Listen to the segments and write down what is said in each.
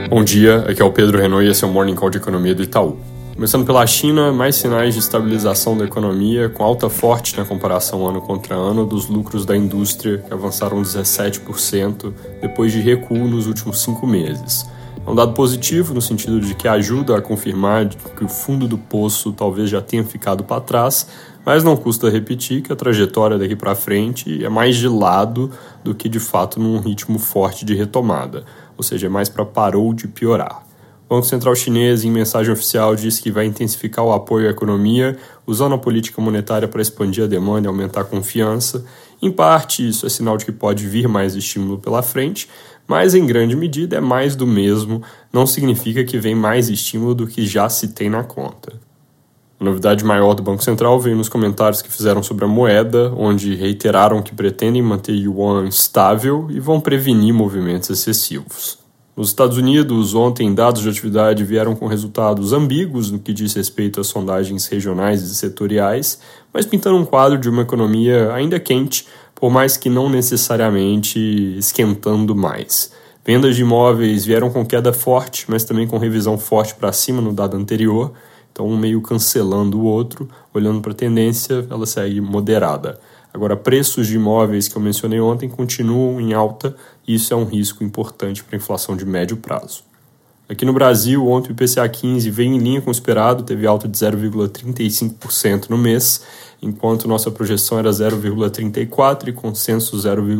Bom dia, aqui é o Pedro Renault e esse é o Morning Call de Economia do Itaú. Começando pela China, mais sinais de estabilização da economia, com alta forte na comparação ano contra ano dos lucros da indústria, que avançaram 17% depois de recuo nos últimos 5 meses. É um dado positivo no sentido de que ajuda a confirmar que o fundo do poço talvez já tenha ficado para trás, mas não custa repetir que a trajetória daqui para frente é mais de lado do que de fato num ritmo forte de retomada, ou seja, é mais para parou de piorar. O Banco Central Chinês, em mensagem oficial, disse que vai intensificar o apoio à economia, usando a política monetária para expandir a demanda e aumentar a confiança. Em parte, isso é sinal de que pode vir mais estímulo pela frente, mas em grande medida é mais do mesmo, não significa que vem mais estímulo do que já se tem na conta. A novidade maior do Banco Central veio nos comentários que fizeram sobre a moeda, onde reiteraram que pretendem manter o yuan estável e vão prevenir movimentos excessivos. Nos Estados Unidos, ontem, dados de atividade vieram com resultados ambíguos no que diz respeito às sondagens regionais e setoriais, mas pintando um quadro de uma economia ainda quente, por mais que não necessariamente esquentando mais. Vendas de imóveis vieram com queda forte, mas também com revisão forte para cima no dado anterior, então um meio cancelando o outro, olhando para a tendência, ela segue moderada. Agora, preços de imóveis que eu mencionei ontem continuam em alta e isso é um risco importante para a inflação de médio prazo. Aqui no Brasil, ontem o IPCA 15 veio em linha com o esperado, teve alta de 0,35% no mês, enquanto nossa projeção era 0,34% e consenso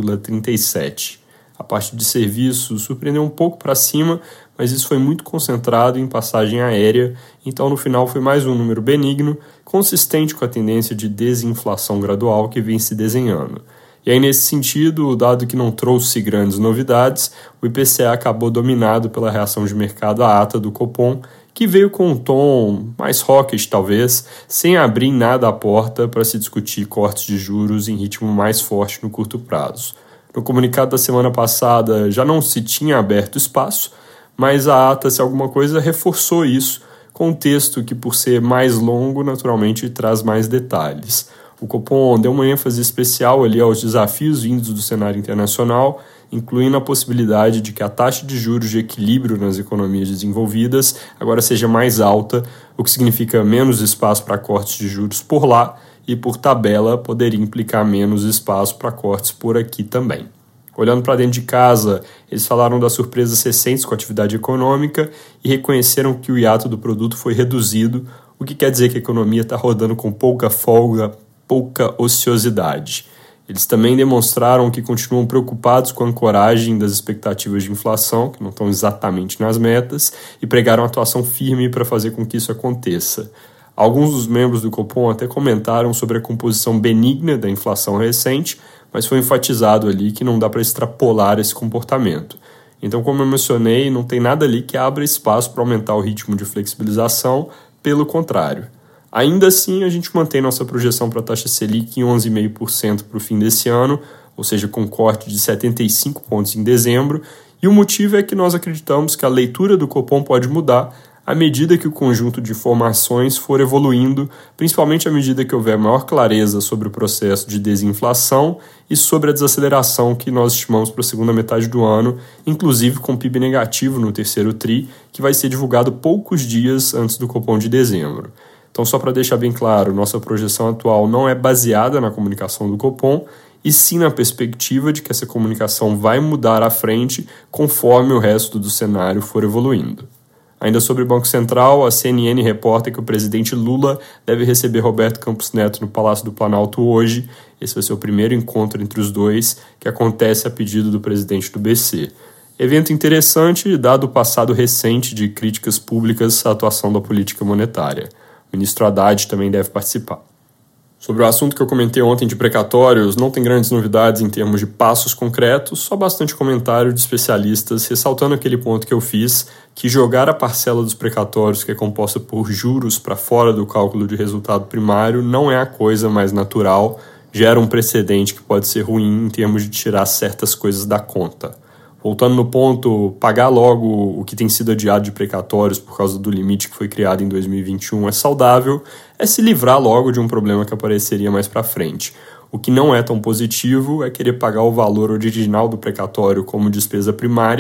0,37%. A parte de serviços surpreendeu um pouco para cima, mas isso foi muito concentrado em passagem aérea, então no final foi mais um número benigno, consistente com a tendência de desinflação gradual que vem se desenhando. E aí, nesse sentido, dado que não trouxe grandes novidades, o IPCA acabou dominado pela reação de mercado à ata do Copom, que veio com um tom mais hawkish, talvez, sem abrir nada à porta para se discutir cortes de juros em ritmo mais forte no curto prazo. No comunicado da semana passada já não se tinha aberto espaço, mas a ata, se alguma coisa, reforçou isso, com um texto que, por ser mais longo, naturalmente traz mais detalhes. O Copom deu uma ênfase especial ali aos desafios vindos do cenário internacional, incluindo a possibilidade de que a taxa de juros de equilíbrio nas economias desenvolvidas agora seja mais alta, o que significa menos espaço para cortes de juros por lá e, por tabela, poderia implicar menos espaço para cortes por aqui também. Olhando para dentro de casa, eles falaram das surpresas recentes com a atividade econômica e reconheceram que o hiato do produto foi reduzido, o que quer dizer que a economia está rodando com pouca folga, pouca ociosidade. Eles também demonstraram que continuam preocupados com a ancoragem das expectativas de inflação, que não estão exatamente nas metas, e pregaram atuação firme para fazer com que isso aconteça. Alguns dos membros do Copom até comentaram sobre a composição benigna da inflação recente, mas foi enfatizado ali que não dá para extrapolar esse comportamento. Então, como eu mencionei, não tem nada ali que abra espaço para aumentar o ritmo de flexibilização, pelo contrário. Ainda assim, a gente mantém nossa projeção para a taxa Selic em 11,5% para o fim desse ano, ou seja, com corte de 75 pontos em dezembro, e o motivo é que nós acreditamos que a leitura do Copom pode mudar à medida que o conjunto de informações for evoluindo, principalmente à medida que houver maior clareza sobre o processo de desinflação e sobre a desaceleração que nós estimamos para a segunda metade do ano, inclusive com PIB negativo no terceiro TRI, que vai ser divulgado poucos dias antes do Copom de dezembro. Então, só para deixar bem claro, nossa projeção atual não é baseada na comunicação do Copom, e sim na perspectiva de que essa comunicação vai mudar à frente conforme o resto do cenário for evoluindo. Ainda sobre o Banco Central, a CNN reporta que o presidente Lula deve receber Roberto Campos Neto no Palácio do Planalto hoje. Esse vai ser o primeiro encontro entre os dois, que acontece a pedido do presidente do BC. Evento interessante, dado o passado recente de críticas públicas à atuação da política monetária. O ministro Haddad também deve participar. Sobre o assunto que eu comentei ontem de precatórios, não tem grandes novidades em termos de passos concretos, só bastante comentário de especialistas ressaltando aquele ponto que eu fiz, que jogar a parcela dos precatórios que é composta por juros para fora do cálculo de resultado primário não é a coisa mais natural, gera um precedente que pode ser ruim em termos de tirar certas coisas da conta. Voltando no ponto, pagar logo o que tem sido adiado de precatórios por causa do limite que foi criado em 2021 é saudável, é se livrar logo de um problema que apareceria mais para frente. O que não é tão positivo é querer pagar o valor original do precatório como despesa primária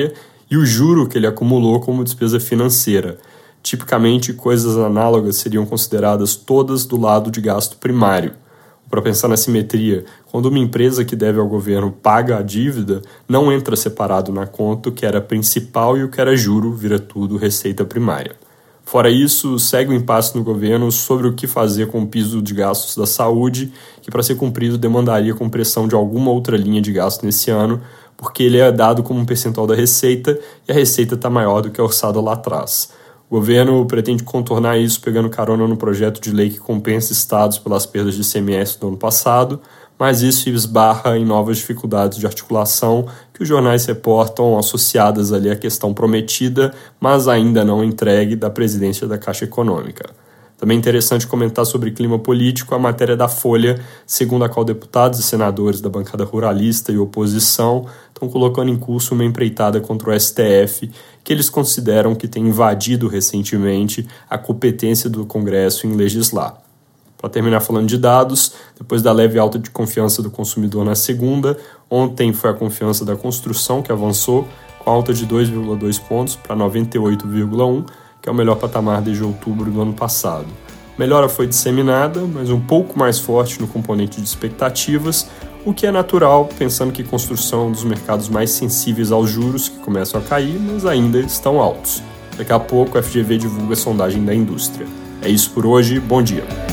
e o juro que ele acumulou como despesa financeira. Tipicamente, coisas análogas seriam consideradas todas do lado de gasto primário. Para pensar na simetria, quando uma empresa que deve ao governo paga a dívida, não entra separado na conta o que era principal e o que era juro, vira tudo receita primária. Fora isso, segue o impasse no governo sobre o que fazer com o piso de gastos da saúde, que para ser cumprido demandaria compressão de alguma outra linha de gasto nesse ano, porque ele é dado como um percentual da receita e a receita está maior do que a orçada lá atrás. O governo pretende contornar isso pegando carona no projeto de lei que compensa estados pelas perdas de ICMS do ano passado, mas isso esbarra em novas dificuldades de articulação que os jornais reportam associadas ali à questão prometida, mas ainda não entregue da presidência da Caixa Econômica. Também é interessante comentar sobre clima político a matéria da Folha, segundo a qual deputados e senadores da bancada ruralista e oposição estão colocando em curso uma empreitada contra o STF, que eles consideram que tem invadido recentemente a competência do Congresso em legislar. Para terminar falando de dados, depois da leve alta de confiança do consumidor na segunda, ontem foi a confiança da construção que avançou, com alta de 2,2 pontos para 98,1, que é o melhor patamar desde outubro do ano passado. A melhora foi disseminada, mas um pouco mais forte no componente de expectativas, o que é natural, pensando que construção é um dos mercados mais sensíveis aos juros, que começam a cair, mas ainda estão altos. Daqui a pouco, a FGV divulga a sondagem da indústria. É isso por hoje, bom dia!